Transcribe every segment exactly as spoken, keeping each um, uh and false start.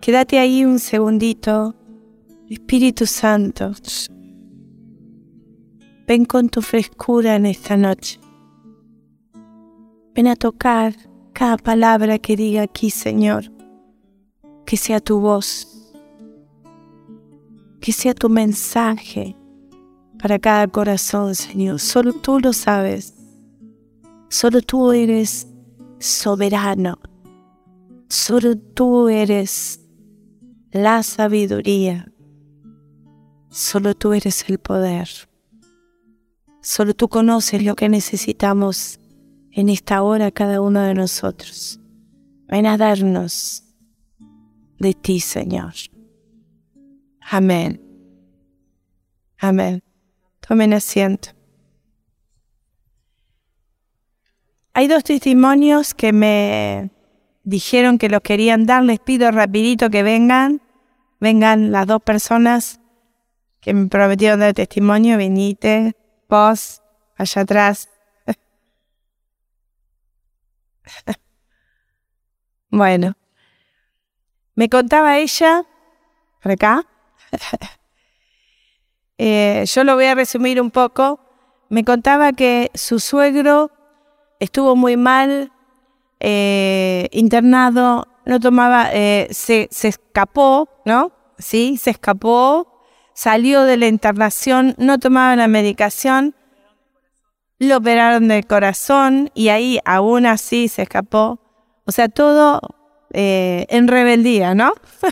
Quédate ahí un segundito. Espíritu Santo, ven con tu frescura en esta noche. Ven a tocar cada palabra que diga aquí, Señor. Que sea tu voz. Que sea tu mensaje para cada corazón, Señor. Solo tú lo sabes. Solo tú eres soberano. Solo tú eres la sabiduría. Solo tú eres el poder. Solo tú conoces lo que necesitamos en esta hora cada uno de nosotros. Ven a darnos de ti, Señor. Amén. Amén. Tomen asiento. Hay dos testimonios que me dijeron que los querían dar. Les pido rapidito que vengan. Vengan las dos personas que me prometieron dar testimonio. Venite, vos, allá atrás. Bueno, me contaba ella, por acá, eh, yo lo voy a resumir un poco. Me contaba que su suegro estuvo muy mal, eh, internado, no tomaba, eh, se, se escapó, ¿no? Sí, se escapó. Salió de la internación, no tomaba la medicación, lo operaron del corazón y ahí aún así se escapó. O sea, todo eh, en rebeldía, ¿no?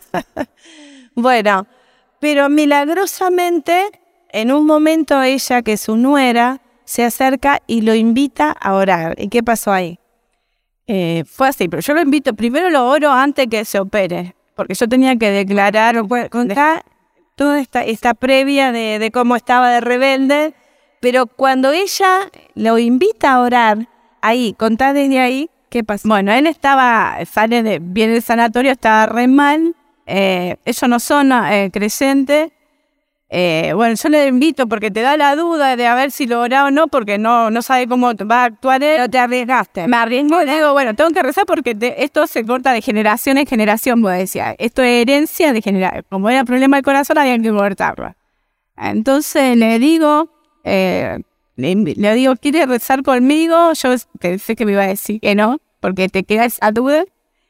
Bueno, pero milagrosamente, en un momento ella, que es su nuera, se acerca y lo invita a orar. ¿Y qué pasó ahí? Eh, fue así, pero yo lo invito, primero lo oro antes que se opere, porque yo tenía que declarar, contar toda esta, esta previa de, de cómo estaba de rebelde, pero cuando ella lo invita a orar, ahí, contá desde ahí, ¿qué pasó? Bueno, él estaba, sale de, viene del sanatorio, estaba re mal, eh, ellos no son eh, creyentes, eh, bueno, yo le invito porque te da la duda de a ver si lo orá o no, porque no, no sabe cómo va a actuar él. Pero te arriesgaste. Me arriesgo y le digo, bueno, tengo que rezar porque te, esto se corta de generación en generación, vos decías, esto es herencia de generación, como era problema del corazón había que cortarlo. Entonces le digo, eh, le, le digo, ¿quieres rezar conmigo? Yo pensé que me iba a decir que no, porque te queda esa duda.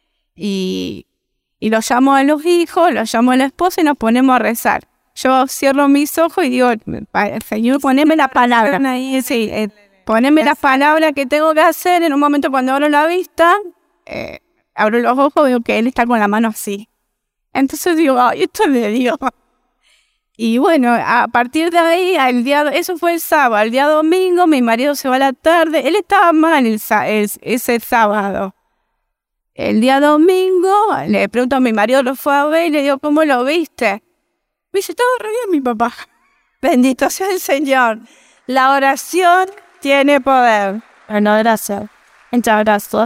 Y, y lo llamo a los hijos, lo llamo a la esposa y nos ponemos a rezar. Yo cierro mis ojos y digo, Señor, poneme la palabra. Sí, eh, poneme la palabra que tengo que hacer. En un momento cuando abro la vista, eh, abro los ojos y veo que él está con la mano así. Entonces digo, ay, esto es de Dios. Y bueno, a partir de ahí, el día, eso fue el sábado. El día domingo, mi marido se va a la tarde. Él estaba mal el, el, ese sábado. El día domingo, le pregunto a mi marido, lo fue a ver y le digo, ¿cómo lo viste? Me dice, todo re bien, mi papá. Bendito sea el Señor. La oración tiene poder. Bueno, gracias. Muchas gracias.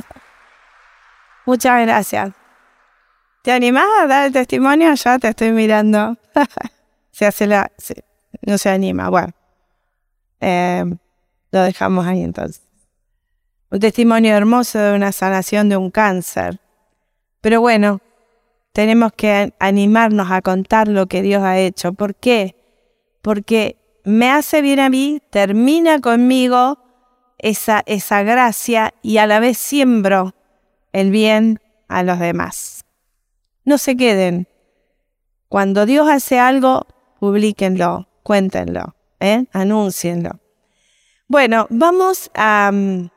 Muchas gracias. ¿Te animás a dar el testimonio? Ya te estoy mirando. Se hace la... Se, no se anima. Bueno. Eh, lo dejamos ahí entonces. Un testimonio hermoso de una sanación de un cáncer. Pero bueno, tenemos que animarnos a contar lo que Dios ha hecho. ¿Por qué? Porque me hace bien a mí, termina conmigo esa, esa gracia y a la vez siembro el bien a los demás. No se queden. Cuando Dios hace algo, publíquenlo, cuéntenlo, ¿eh? Anúncienlo. Bueno, vamos a,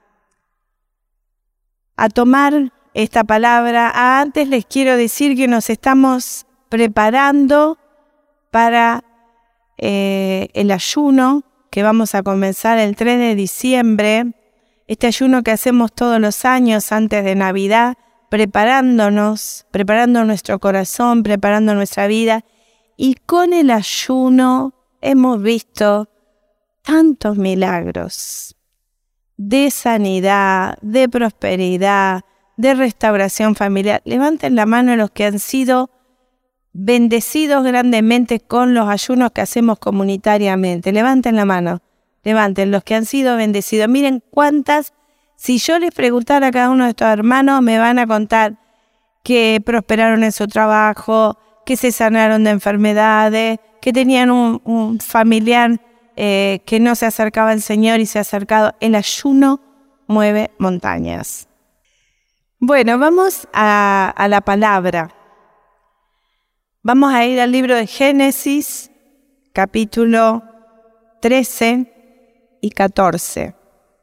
a tomar esta palabra. Antes les quiero decir que nos estamos preparando para eh, el ayuno que vamos a comenzar el tres de diciembre. Este ayuno que hacemos todos los años antes de Navidad, preparándonos, preparando nuestro corazón, preparando nuestra vida. Y con el ayuno hemos visto tantos milagros de sanidad, de prosperidad, de restauración familiar. Levanten la mano los que han sido bendecidos grandemente con los ayunos que hacemos comunitariamente. Levanten la mano, levanten los que han sido bendecidos. Miren cuántas, si yo les preguntara a cada uno de estos hermanos, me van a contar que prosperaron en su trabajo, que se sanaron de enfermedades, que tenían un, un familiar eh, que no se acercaba al Señor y se ha acercado. El ayuno mueve montañas. Bueno, vamos a, a la palabra. Vamos a ir al libro de Génesis, capítulo trece y catorce.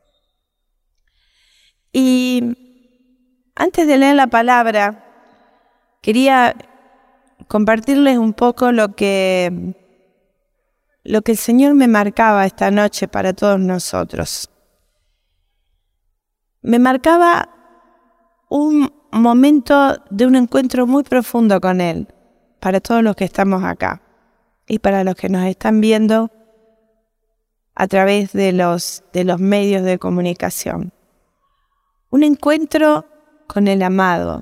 Y antes de leer la palabra, quería compartirles un poco lo que, lo que el Señor me marcaba esta noche para todos nosotros. Me marcaba un momento de un encuentro muy profundo con Él, para todos los que estamos acá y para los que nos están viendo a través de los, de los medios de comunicación. Un encuentro con el amado.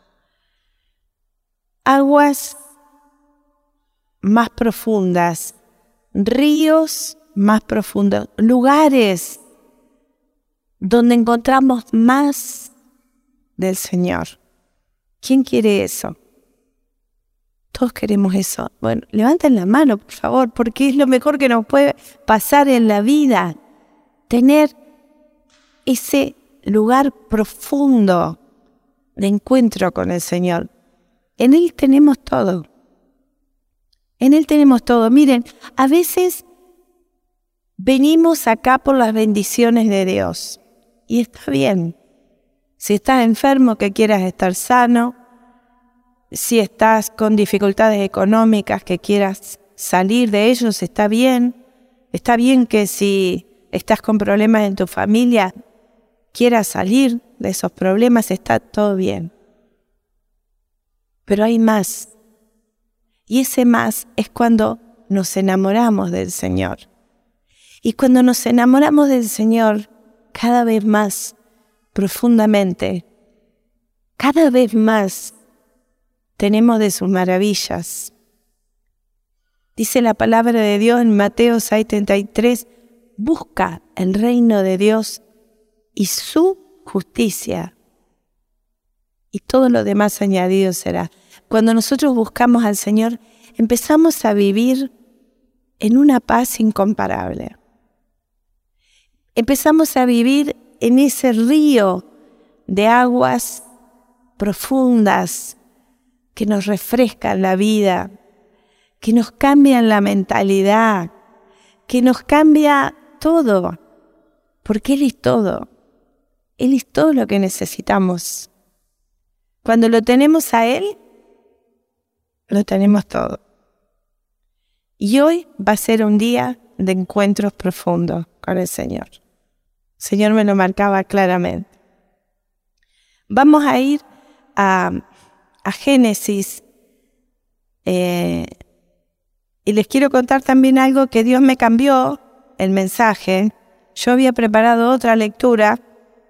Aguas más profundas, ríos más profundos, lugares donde encontramos más del Señor. ¿Quién quiere eso? Todos queremos eso. Bueno, levanten la mano, por favor, porque es lo mejor que nos puede pasar en la vida. Tener ese lugar profundo de encuentro con el Señor. En Él tenemos todo. En Él tenemos todo. Miren, a veces venimos acá por las bendiciones de Dios. Y está bien. Si estás enfermo, que quieras estar sano. Si estás con dificultades económicas, que quieras salir de ellos, está bien. Está bien que si estás con problemas en tu familia, quieras salir de esos problemas, está todo bien. Pero hay más. Y ese más es cuando nos enamoramos del Señor. Y cuando nos enamoramos del Señor, cada vez más profundamente, cada vez más tenemos de sus maravillas. Dice la palabra de Dios en Mateo seis treinta y tres, busca el reino de Dios y su justicia, y todo lo demás añadido será. Cuando nosotros buscamos al Señor, empezamos a vivir en una paz incomparable. Empezamos a vivir en ese río de aguas profundas que nos refrescan la vida, que nos cambian la mentalidad, que nos cambia todo, porque Él es todo. Él es todo lo que necesitamos. Cuando lo tenemos a Él, lo tenemos todo. Y hoy va a ser un día de encuentros profundos con el Señor. El Señor me lo marcaba claramente. Vamos a ir a, a Génesis eh, y les quiero contar también algo que Dios me cambió el mensaje. Yo había preparado otra lectura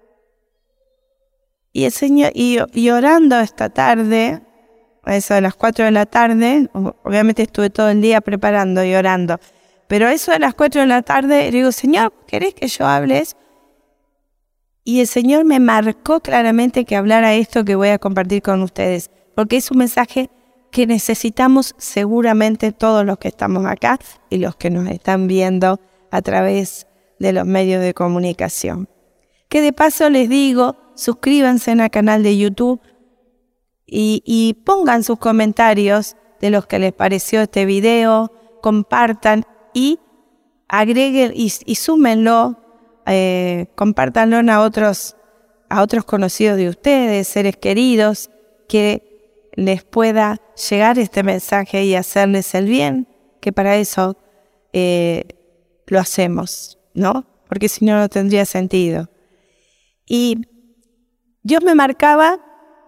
y el Señor, y, y orando esta tarde, a eso de las cuatro de la tarde, obviamente estuve todo el día preparando y orando, pero a eso de las cuatro de la tarde, le digo, Señor, ¿querés que yo hable eso? Y el Señor me marcó claramente que hablara esto que voy a compartir con ustedes, porque es un mensaje que necesitamos seguramente todos los que estamos acá y los que nos están viendo a través de los medios de comunicación. Que de paso les digo, suscríbanse al canal de YouTube y, y pongan sus comentarios de los que les pareció este video, compartan y agreguen y, y súmenlo, eh, compártanlo a otros, a otros conocidos de ustedes, seres queridos, que les pueda llegar este mensaje y hacerles el bien, que para eso eh, lo hacemos, ¿no? Porque si no, no tendría sentido. Y Dios me marcaba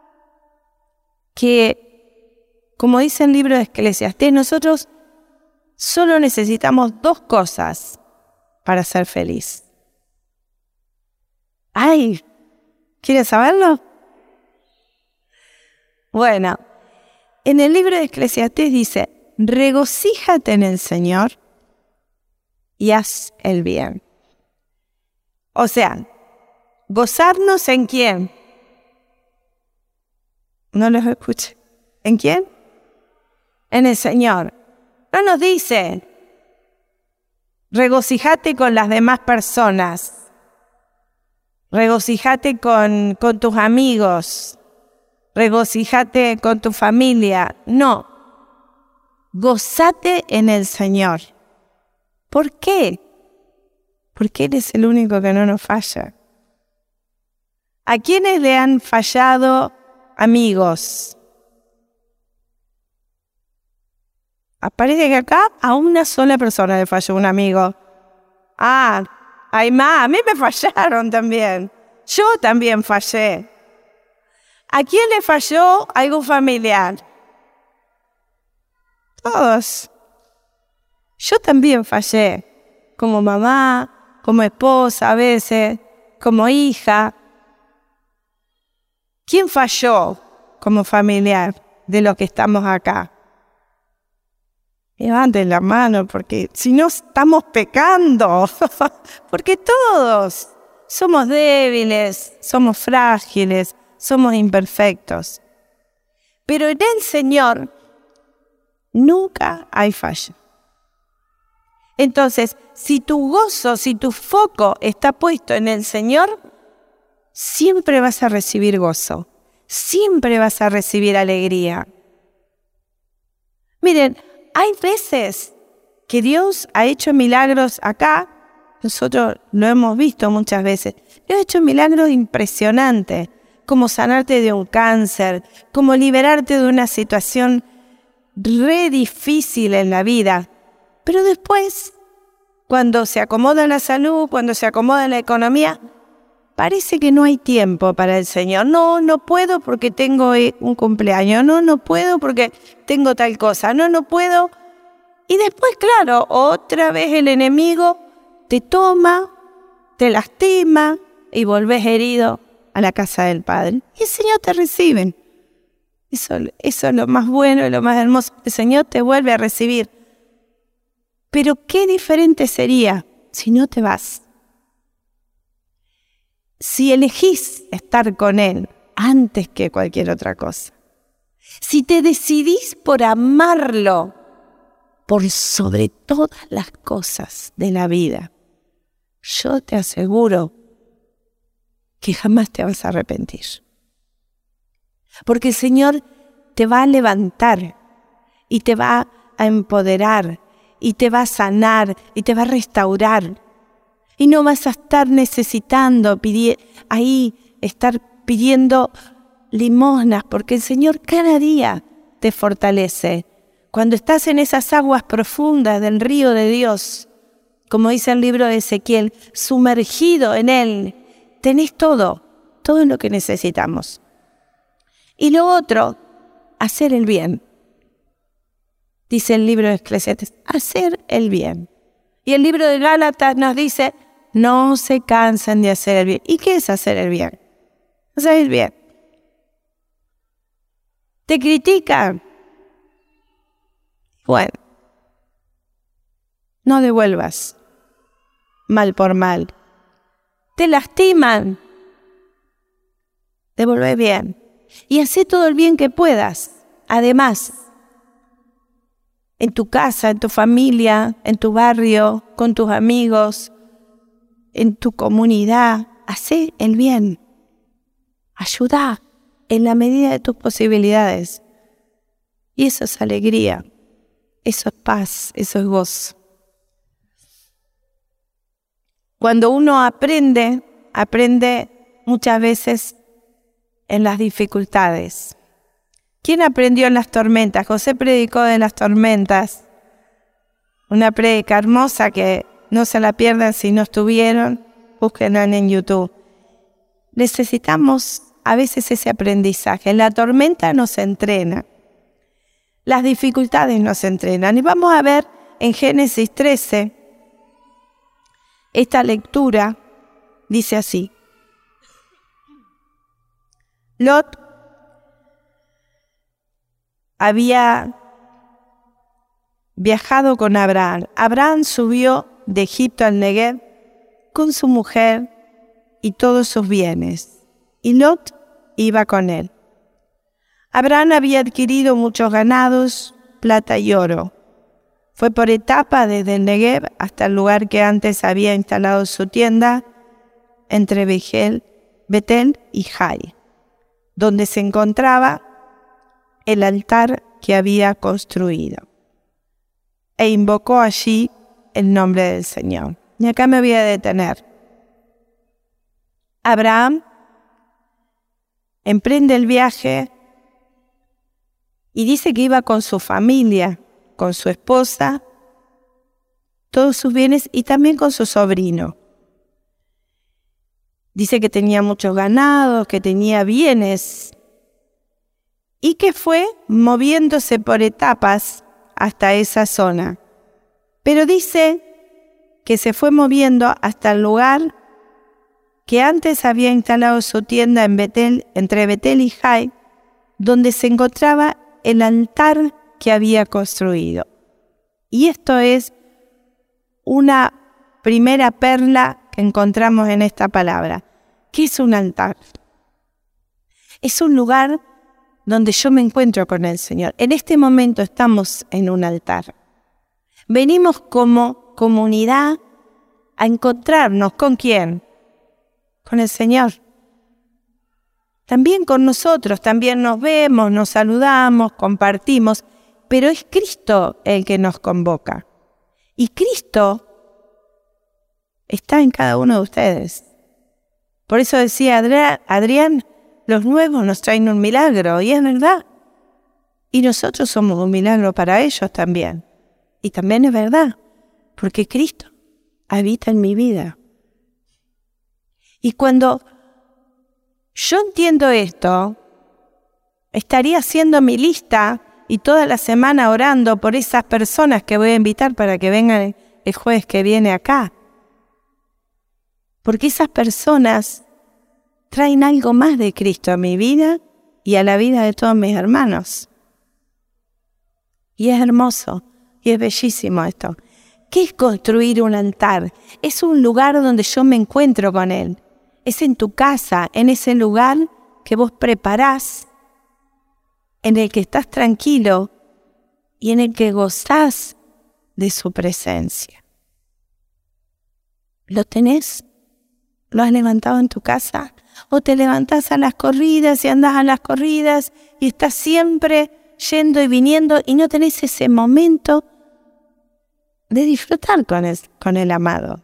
que, como dice el libro de Eclesiastés, nosotros solo necesitamos dos cosas para ser feliz. ¡Ay! ¿Quieres saberlo? Bueno, en el libro de Eclesiastés dice, regocíjate en el Señor y haz el bien. O sea, ¿gozarnos en quién? No los escuché. ¿En quién? En el Señor. No nos dice, regocijate con las demás personas. Regocijate con, con tus amigos. Regocijate con tu familia. No. Gozate en el Señor. ¿Por qué? Porque Él es el único que no nos falla. ¿A quiénes le han fallado amigos? Aparece que acá a una sola persona le falló un amigo. Ah, hay más, a mí me fallaron también. Yo también fallé. ¿A quién le falló algún familiar? Todos. Yo también fallé, como mamá, como esposa a veces, como hija. ¿Quién falló como familiar de los que estamos acá? Levanten la mano, porque si no estamos pecando, porque todos somos débiles, somos frágiles, somos imperfectos. Pero en el Señor nunca hay falla. Entonces, si tu gozo, si tu foco está puesto en el Señor, siempre vas a recibir gozo, siempre vas a recibir alegría. Miren, hay veces que Dios ha hecho milagros acá, nosotros lo hemos visto muchas veces, Dios ha hecho milagros impresionantes, como sanarte de un cáncer, como liberarte de una situación re difícil en la vida. Pero después, cuando se acomoda la salud, cuando se acomoda la economía, parece que no hay tiempo para el Señor. No, no puedo porque tengo un cumpleaños. No, no puedo porque tengo tal cosa. No, no puedo. Y después, claro, otra vez el enemigo te toma, te lastima y volvés herido a la casa del Padre. Y el Señor te recibe. Eso, eso es lo más bueno y lo más hermoso. El Señor te vuelve a recibir. Pero qué diferente sería si no te vas. Si elegís estar con Él antes que cualquier otra cosa. Si te decidís por amarlo por sobre todas las cosas de la vida, yo te aseguro que jamás te vas a arrepentir. Porque el Señor te va a levantar y te va a empoderar y te va a sanar y te va a restaurar. Y no vas a estar necesitando pidi- ahí, estar pidiendo limosnas, porque el Señor cada día te fortalece. Cuando estás en esas aguas profundas del río de Dios, como dice el libro de Ezequiel, sumergido en Él, tenés todo, todo lo que necesitamos. Y lo otro, hacer el bien. Dice el libro de Eclesiastés, hacer el bien. Y el libro de Gálatas nos dice, no se cansen de hacer el bien. ¿Y qué es hacer el bien? Hacer el bien. ¿Te critican? Bueno, no devuelvas mal por mal. ¿Te lastiman? Devolvé bien. Y hacé todo el bien que puedas. Además, en tu casa, en tu familia, en tu barrio, con tus amigos, en tu comunidad, hacé el bien. Ayuda en la medida de tus posibilidades. Y eso es alegría, eso es paz, eso es gozo. Cuando uno aprende, aprende muchas veces en las dificultades. ¿Quién aprendió en las tormentas? José predicó de las tormentas. Una prédica hermosa que no se la pierdan si no estuvieron, búsquenla en YouTube. Necesitamos a veces ese aprendizaje. La tormenta nos entrena. Las dificultades nos entrenan. Y vamos a ver en Génesis trece, esta lectura dice así. Lot había viajado con Abraham. Abraham subió de Egipto al Negev con su mujer y todos sus bienes, y Lot iba con él. Abraham había adquirido muchos ganados, plata y oro. Fue por etapas desde el Negev hasta el lugar que antes había instalado su tienda, entre Betel, Betel y Jai, donde se encontraba el altar que había construido. E invocó allí el nombre del Señor. Y acá me voy a detener. Abraham emprende el viaje y dice que iba con su familia, con su esposa, todos sus bienes y también con su sobrino. Dice que tenía muchos ganados, que tenía bienes y que fue moviéndose por etapas hasta esa zona. Pero dice que se fue moviendo hasta el lugar que antes había instalado su tienda en Betel, entre Betel y Jai, donde se encontraba el altar que había construido. Y esto es una primera perla que encontramos en esta palabra. ¿Qué es un altar? Es un lugar donde yo me encuentro con el Señor. En este momento estamos en un altar. Venimos como comunidad a encontrarnos. ¿Con quién? Con el Señor. También con nosotros, también nos vemos, nos saludamos, compartimos, pero es Cristo el que nos convoca. Y Cristo está en cada uno de ustedes. Por eso decía Adrián, los nuevos nos traen un milagro, y es verdad. Y nosotros somos un milagro para ellos también. Y también es verdad, porque Cristo habita en mi vida. Y cuando yo entiendo esto, estaría haciendo mi lista y toda la semana orando por esas personas que voy a invitar para que vengan el jueves que viene acá. Porque esas personas traen algo más de Cristo a mi vida y a la vida de todos mis hermanos. Y es hermoso, y es bellísimo esto. ¿Qué es construir un altar? Es un lugar donde yo me encuentro con Él. Es en tu casa, en ese lugar que vos preparás, en el que estás tranquilo y en el que gozás de su presencia. ¿Lo tenés? ¿Lo has levantado en tu casa? ¿O te levantás a las corridas y andás a las corridas y estás siempre yendo y viniendo y no tenés ese momento de disfrutar con el, con el amado?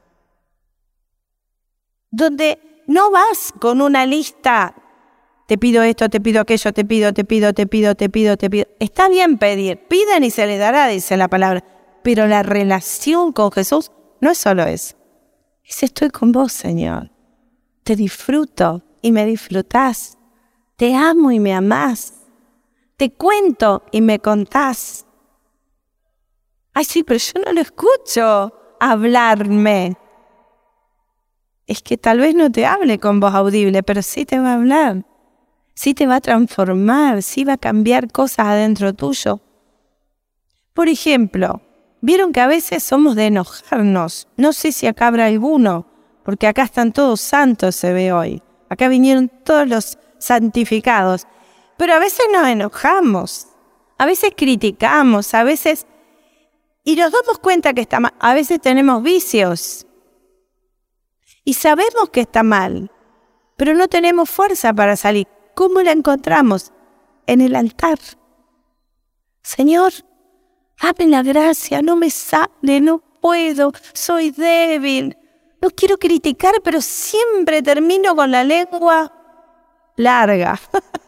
Donde no vas con una lista, te pido esto, te pido aquello, te pido, te pido, te pido, te pido, te pido. Está bien pedir, piden y se les dará, dice la palabra. Pero la relación con Jesús no es solo eso. Es estoy con vos, Señor. Te disfruto y me disfrutás. Te amo y me amás. Te cuento y me contás. Ay, sí, pero yo no lo escucho hablarme. Es que tal vez no te hable con voz audible, pero sí te va a hablar. Sí te va a transformar, sí va a cambiar cosas adentro tuyo. Por ejemplo, vieron que a veces somos de enojarnos. No sé si acá habrá alguno, porque acá están todos santos, se ve hoy. Acá vinieron todos los santificados. Pero a veces nos enojamos, a veces criticamos, a veces... Y nos damos cuenta que está mal. A veces tenemos vicios. Y sabemos que está mal, pero no tenemos fuerza para salir. ¿Cómo la encontramos? En el altar. Señor, dame la gracia, no me sale, no puedo, soy débil. No quiero criticar, pero siempre termino con la lengua larga.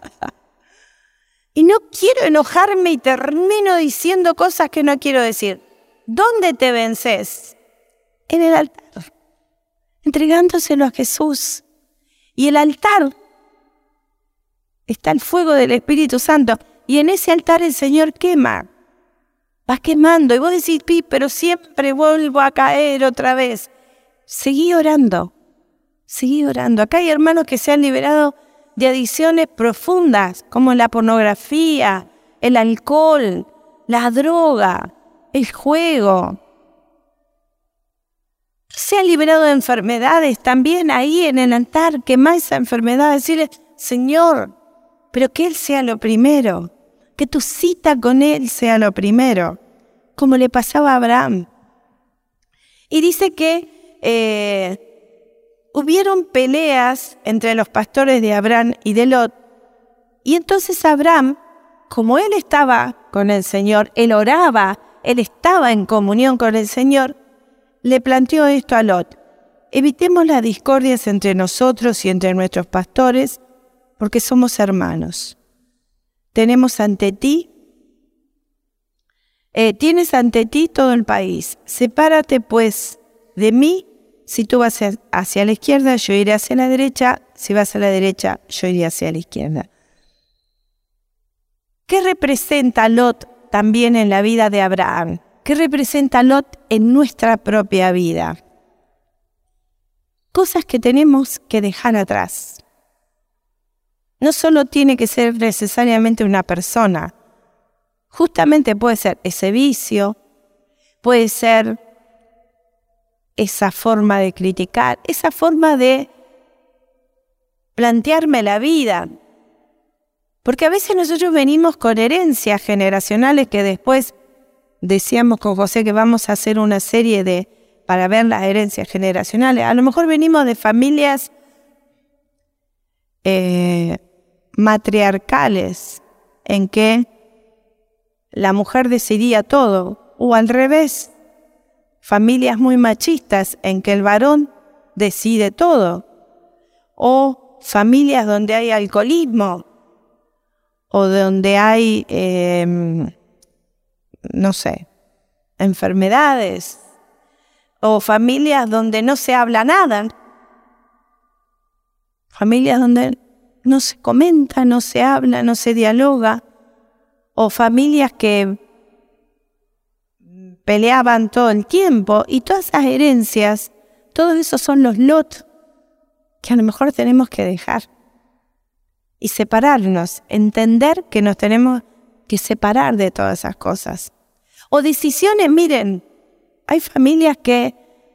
Y no quiero enojarme y termino diciendo cosas que no quiero decir. ¿Dónde te vences? En el altar. Entregándoselo a Jesús. Y el altar está el fuego del Espíritu Santo. Y en ese altar el Señor quema. Va quemando. Y vos decís, Pi, pero siempre vuelvo a caer otra vez. Seguí orando. Seguí orando. Acá hay hermanos que se han liberado de adicciones profundas, como la pornografía, el alcohol, la droga, el juego. Se han liberado de enfermedades también ahí en el altar. Quemá esa enfermedad. Decirle, Señor, pero que Él sea lo primero, que tu cita con Él sea lo primero, como le pasaba a Abraham. Y dice que eh, hubieron peleas entre los pastores de Abraham y de Lot, y entonces Abraham, como él estaba con el Señor, él oraba, él estaba en comunión con el Señor, le planteó esto a Lot: evitemos las discordias entre nosotros y entre nuestros pastores, porque somos hermanos. Tenemos ante ti, eh, tienes ante ti todo el país. Sepárate pues de mí. Si tú vas hacia la izquierda, yo iré hacia la derecha. Si vas a la derecha, yo iré hacia la izquierda. ¿Qué representa Lot también en la vida de Abraham? ¿Qué representa Lot en nuestra propia vida? Cosas que tenemos que dejar atrás. No solo tiene que ser necesariamente una persona. Justamente puede ser ese vicio, puede ser esa forma de criticar, esa forma de plantearme la vida. Porque a veces nosotros venimos con herencias generacionales que después decíamos con José que vamos a hacer una serie de para ver las herencias generacionales. A lo mejor venimos de familias eh, matriarcales en que la mujer decidía todo, o al revés, familias muy machistas en que el varón decide todo, o familias donde hay alcoholismo, o donde hay, eh, no sé, enfermedades, o familias donde no se habla nada, familias donde no se comenta, no se habla, no se dialoga, o familias que peleaban todo el tiempo, y todas esas herencias, todos esos son los Lot que a lo mejor tenemos que dejar y separarnos, entender que nos tenemos que separar de todas esas cosas. O decisiones, miren, hay familias que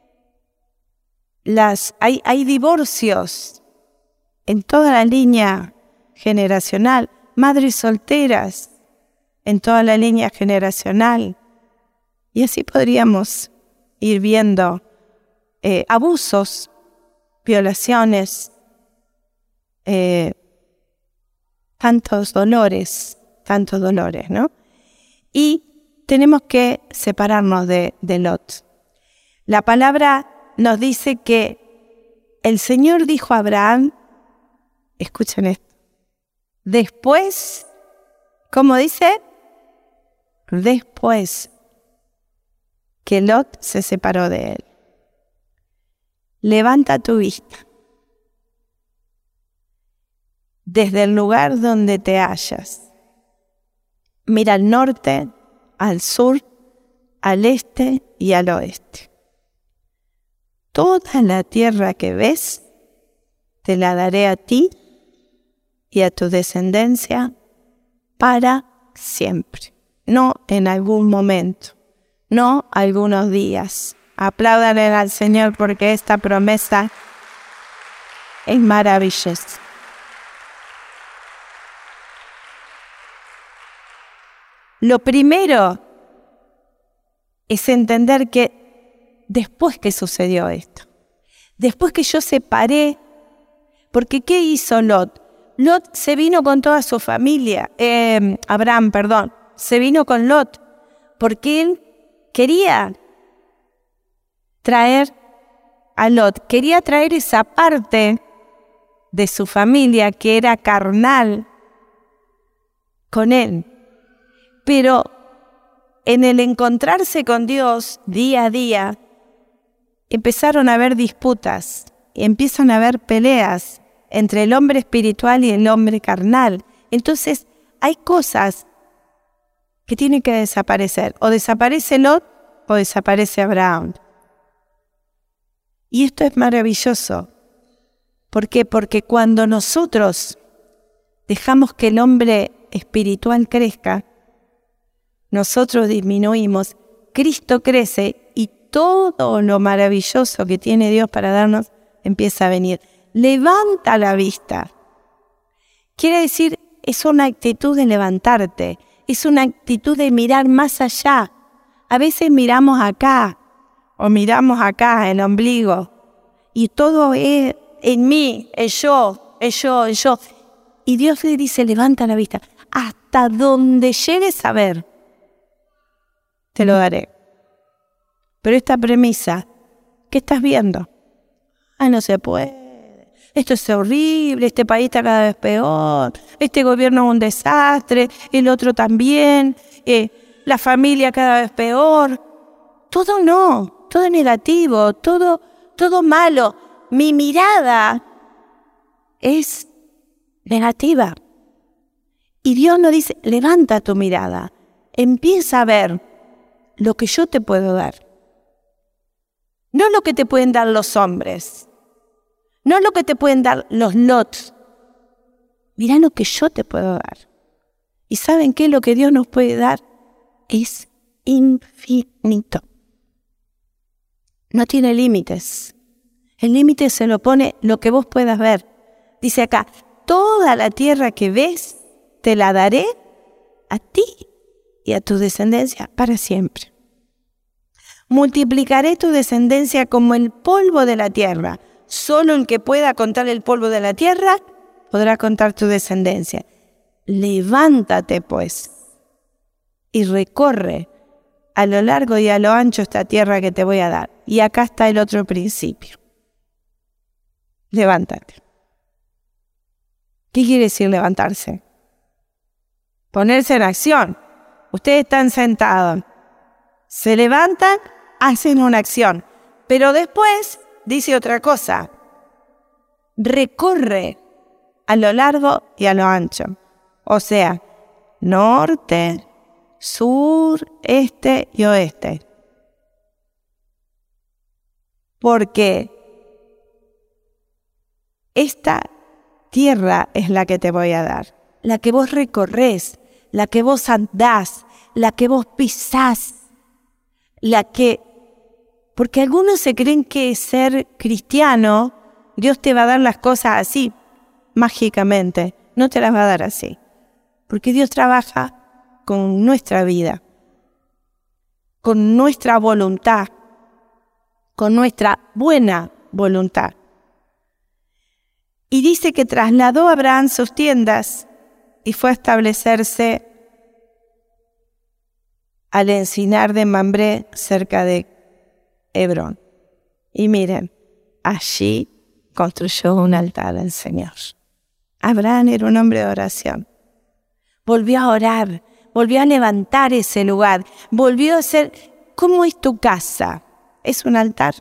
las hay, hay divorcios en toda la línea generacional, madres solteras en toda la línea generacional. Y así podríamos ir viendo eh, abusos, violaciones, eh, tantos dolores, tantos dolores, ¿no? Y tenemos que separarnos de, de Lot. La palabra nos dice que el Señor dijo a Abraham, escuchen esto, después, ¿cómo dice? Después que Lot se separó de él. Levanta tu vista desde el lugar donde te hallas. Mira al norte, al sur, al este y al oeste. Toda la tierra que ves, te la daré a ti y a tu descendencia para siempre. No en algún momento, no algunos días. Apláudanle al Señor porque esta promesa es maravillosa. Lo primero es entender que después que sucedió esto, después que yo separé, porque ¿qué hizo Lot? Lot se vino con toda su familia, eh, Abraham, perdón, se vino con Lot, porque él quería traer a Lot, quería traer esa parte de su familia que era carnal con él. Pero en el encontrarse con Dios día a día, empezaron a haber disputas, y empiezan a haber peleas entre el hombre espiritual y el hombre carnal. Entonces hay cosas que tienen que desaparecer. O desaparece Lot o desaparece Abraham. Y esto es maravilloso. ¿Por qué? Porque cuando nosotros dejamos que el hombre espiritual crezca, nosotros disminuimos, Cristo crece y todo lo maravilloso que tiene Dios para darnos empieza a venir. Levanta la vista. Quiere decir, es una actitud de levantarte, es una actitud de mirar más allá. A veces miramos acá, o miramos acá, el ombligo, y todo es en mí, es yo, es yo, es yo. Y Dios le dice, levanta la vista, hasta donde llegues a ver, te lo daré. Pero esta premisa, ¿qué estás viendo? Ah, no se puede. Esto es horrible, este país está cada vez peor, este gobierno es un desastre, el otro también, eh, la familia cada vez peor. Todo no, todo negativo, todo, todo malo. Mi mirada es negativa. Y Dios nos dice, levanta tu mirada, empieza a ver lo que yo te puedo dar. No lo que te pueden dar los hombres, no lo que te pueden dar los lots. Mirá lo que yo te puedo dar. ¿Y saben qué? Lo que Dios nos puede dar es infinito. No tiene límites. El límite se lo pone lo que vos puedas ver. Dice acá, toda la tierra que ves, te la daré a ti y a tu descendencia para siempre. Multiplicaré tu descendencia como el polvo de la tierra. Solo el que pueda contar el polvo de la tierra podrá contar tu descendencia. Levántate, pues, y recorre a lo largo y a lo ancho esta tierra que te voy a dar. Y acá está el otro principio. Levántate. ¿Qué quiere decir levantarse? Ponerse en acción. Ustedes están sentados, se levantan, hacen una acción, pero después dice otra cosa. Recorre a lo largo y a lo ancho. O sea, norte, sur, este y oeste. Porque esta tierra es la que te voy a dar, la que vos recorres, la que vos andás, la que vos pisás, la que... Porque algunos se creen que ser cristiano, Dios te va a dar las cosas así, mágicamente. No te las va a dar así. Porque Dios trabaja con nuestra vida, con nuestra voluntad, con nuestra buena voluntad. Y dice que trasladó a Abraham sus tiendas y fue a establecerse al encinar de Mambré, cerca de Hebrón. Y miren, allí construyó un altar al Señor. Abraham era un hombre de oración. Volvió a orar, volvió a levantar ese lugar, volvió a ser... ¿Cómo es tu casa? ¿Es un altar?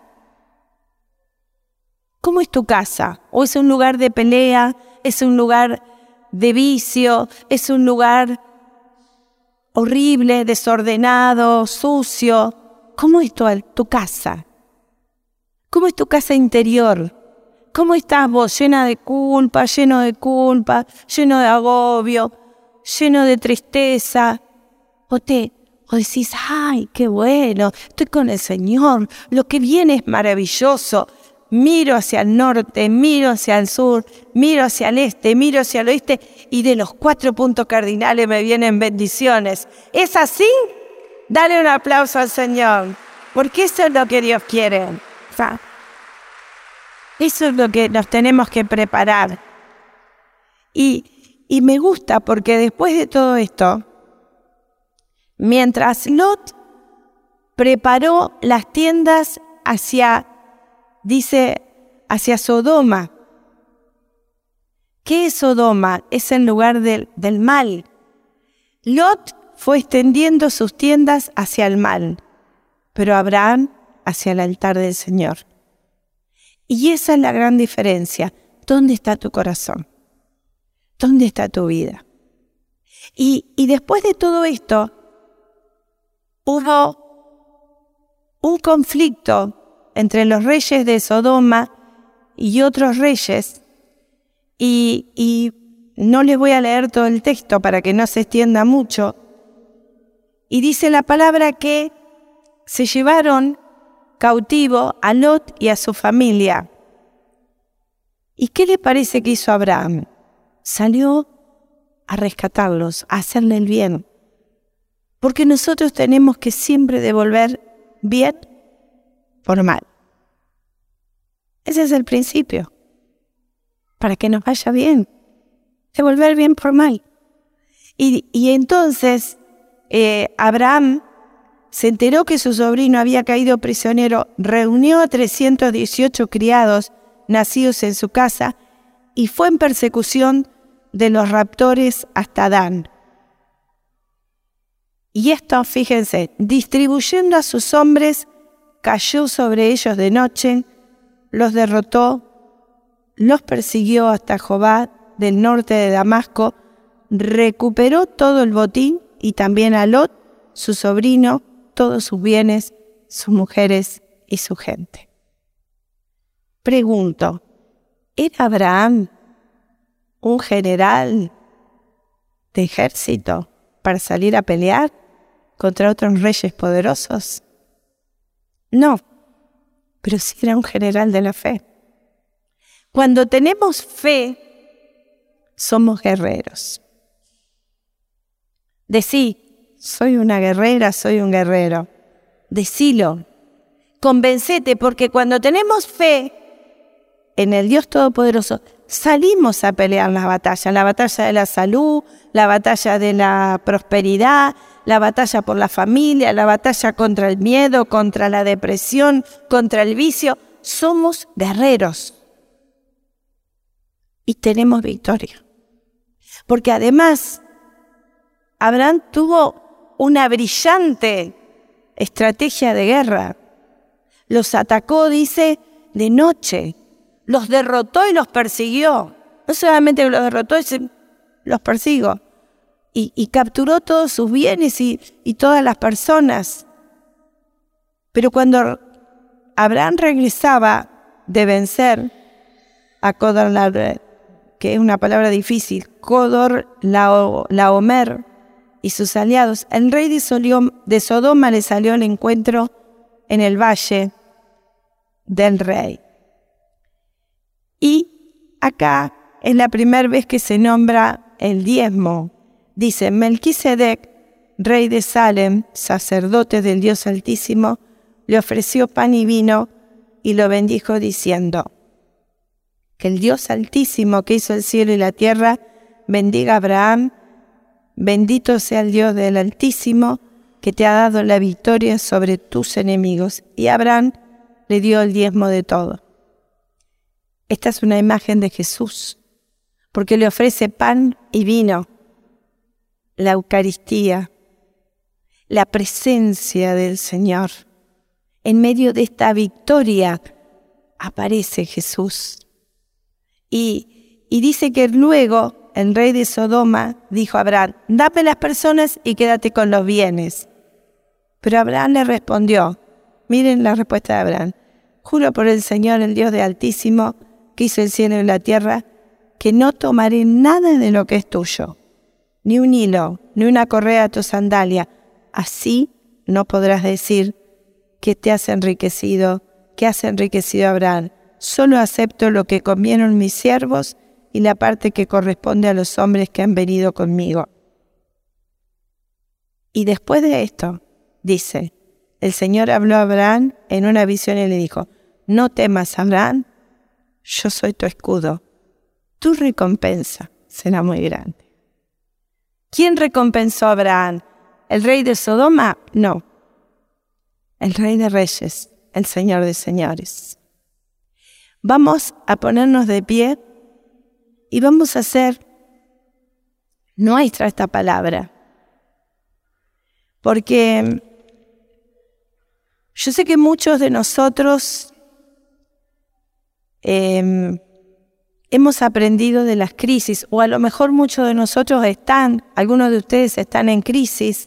¿Cómo es tu casa? ¿O es un lugar de pelea? ¿Es un lugar de vicio? ¿Es un lugar horrible, desordenado, sucio? ¿Cómo es tu, tu casa? ¿Cómo es tu casa interior? ¿Cómo estás vos? ¿Llena de culpa, lleno de culpa, lleno de agobio, lleno de tristeza? ¿O te o decís, ay, qué bueno, estoy con el Señor, lo que viene es maravilloso? Miro hacia el norte, miro hacia el sur, miro hacia el este, miro hacia el oeste, y de los cuatro puntos cardinales me vienen bendiciones. ¿Es así? Dale un aplauso al Señor, porque eso es lo que Dios quiere. O sea, eso es lo que nos tenemos que preparar. Y, y me gusta porque después de todo esto, mientras Lot preparó las tiendas hacia, dice, hacia Sodoma. ¿Qué es Sodoma? Es el lugar del, del mal. Lot fue extendiendo sus tiendas hacia el mal, pero Abraham hacia el altar del Señor. Y esa es la gran diferencia. ¿Dónde está tu corazón? ¿Dónde está tu vida? Y, y después de todo esto, hubo un conflicto entre los reyes de Sodoma y otros reyes, y, y no les voy a leer todo el texto para que no se extienda mucho, y dice la palabra que se llevaron cautivo a Lot y a su familia. ¿Y qué le parece que hizo Abraham? Salió a rescatarlos, a hacerle el bien. Porque nosotros tenemos que siempre devolver bien por mal. Ese es el principio. Para que nos vaya bien. Devolver bien por mal. Y, y entonces eh, Abraham se enteró que su sobrino había caído prisionero, reunió a trescientos dieciocho criados nacidos en su casa y fue en persecución de los raptores hasta Dan. Y esto, fíjense, distribuyendo a sus hombres, cayó sobre ellos de noche, los derrotó, los persiguió hasta Jobá del norte de Damasco, recuperó todo el botín y también a Lot, su sobrino, todos sus bienes, sus mujeres y su gente. Pregunto, ¿era Abraham un general de ejército para salir a pelear contra otros reyes poderosos? No, pero sí era un general de la fe. Cuando tenemos fe, somos guerreros. Decí, soy una guerrera, soy un guerrero. Decilo, convencete, porque cuando tenemos fe en el Dios Todopoderoso, salimos a pelear las batallas, la batalla de la salud, la batalla de la prosperidad, la batalla por la familia, la batalla contra el miedo, contra la depresión, contra el vicio. Somos guerreros y tenemos victoria. Porque además, Abraham tuvo una brillante estrategia de guerra. Los atacó, dice, de noche. Los derrotó y los persiguió. No solamente los derrotó, los persiguió. Y, y capturó todos sus bienes y, y todas las personas. Pero cuando Abraham regresaba de vencer a Kedorlaomer, que es una palabra difícil, Kedorlaomer y sus aliados, el rey de Sodoma le salió al encuentro en el valle del rey. Y acá es la primera vez que se nombra el diezmo. Dice, Melquisedec, rey de Salem, sacerdote del Dios Altísimo, le ofreció pan y vino y lo bendijo diciendo, que el Dios Altísimo que hizo el cielo y la tierra bendiga a Abraham, bendito sea el Dios del Altísimo que te ha dado la victoria sobre tus enemigos. Y Abraham le dio el diezmo de todo. Esta es una imagen de Jesús, porque le ofrece pan y vino, la Eucaristía, la presencia del Señor. En medio de esta victoria aparece Jesús. Y, y dice que luego el rey de Sodoma dijo a Abraham, dame las personas y quédate con los bienes. Pero Abraham le respondió, miren la respuesta de Abraham, juro por el Señor, el Dios de Altísimo, que hizo el cielo y la tierra, que no tomaré nada de lo que es tuyo, ni un hilo, ni una correa a tu sandalia. Así no podrás decir que te has enriquecido, que has enriquecido a Abraham. Solo acepto lo que comieron mis siervos y la parte que corresponde a los hombres que han venido conmigo. Y después de esto, dice, el Señor habló a Abraham en una visión y le dijo, no temas, Abraham, yo soy tu escudo, tu recompensa será muy grande. ¿Quién recompensó a Abraham? ¿El rey de Sodoma? No. El rey de reyes, el Señor de señores. Vamos a ponernos de pie y vamos a hacer nuestra esta palabra. Porque yo sé que muchos de nosotros eh, hemos aprendido de las crisis, o a lo mejor muchos de nosotros están, algunos de ustedes están en crisis,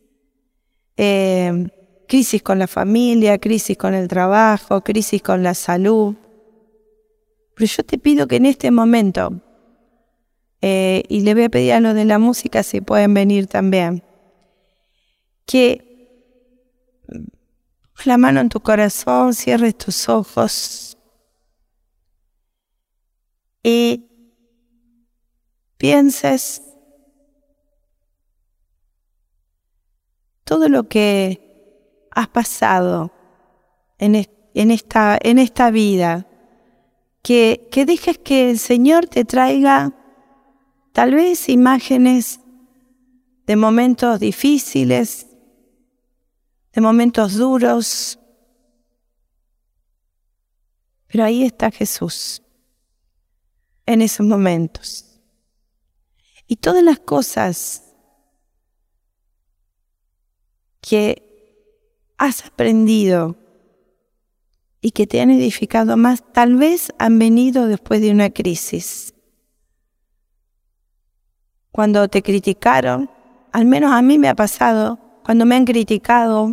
eh, crisis con la familia, crisis con el trabajo, crisis con la salud. Pero yo te pido que en este momento, eh, y le voy a pedir a los de la música si pueden venir también, que la mano en tu corazón, cierres tus ojos y pienses todo lo que has pasado en, es, en, esta, en esta vida, que, que dejes que el Señor te traiga tal vez imágenes de momentos difíciles, de momentos duros, pero ahí está Jesús, en esos momentos. Y todas las cosas que has aprendido y que te han edificado más, tal vez han venido después de una crisis. Cuando te criticaron, al menos a mí me ha pasado, cuando me han criticado,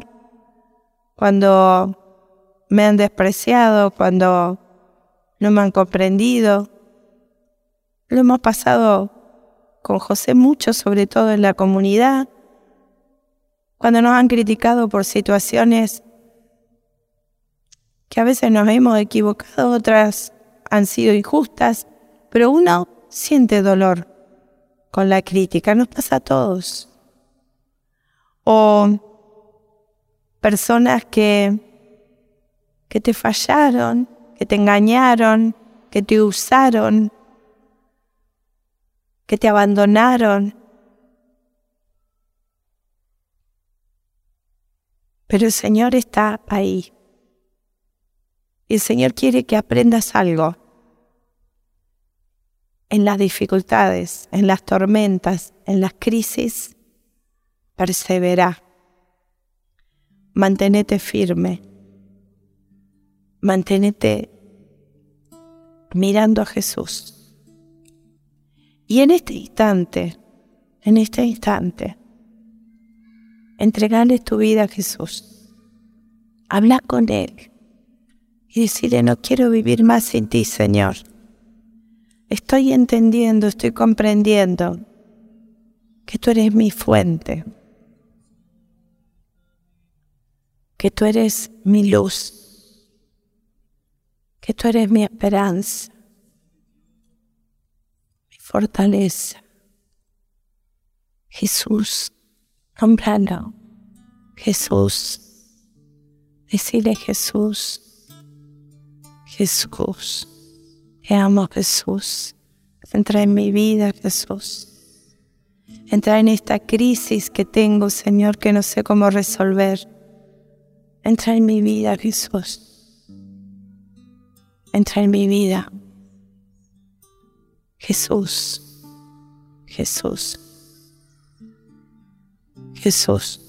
cuando me han despreciado, cuando no me han comprendido. Lo hemos pasado con José mucho, sobre todo en la comunidad, cuando nos han criticado por situaciones que a veces nos hemos equivocado, otras han sido injustas, pero uno siente dolor con la crítica, nos pasa a todos. O personas que, que te fallaron, que te engañaron, que te usaron, que te abandonaron. Pero el Señor está ahí. Y el Señor quiere que aprendas algo. En las dificultades, en las tormentas, en las crisis, persevera. Manténete firme. Manténete mirando a Jesús. Y en este instante, en este instante, entregale tu vida a Jesús. Habla con Él y decirle: no quiero vivir más sin ti, Señor. Estoy entendiendo, estoy comprendiendo que tú eres mi fuente, que tú eres mi luz, que tú eres mi esperanza, mi fortaleza. Jesús, nómbralo. Jesús, decirle: Jesús, Jesús, te amo, Jesús. Entra en mi vida, Jesús. Entra en esta crisis que tengo, Señor, que no sé cómo resolver. Entra en mi vida, Jesús. Entra en mi vida. Jesús, Jesús, Jesús.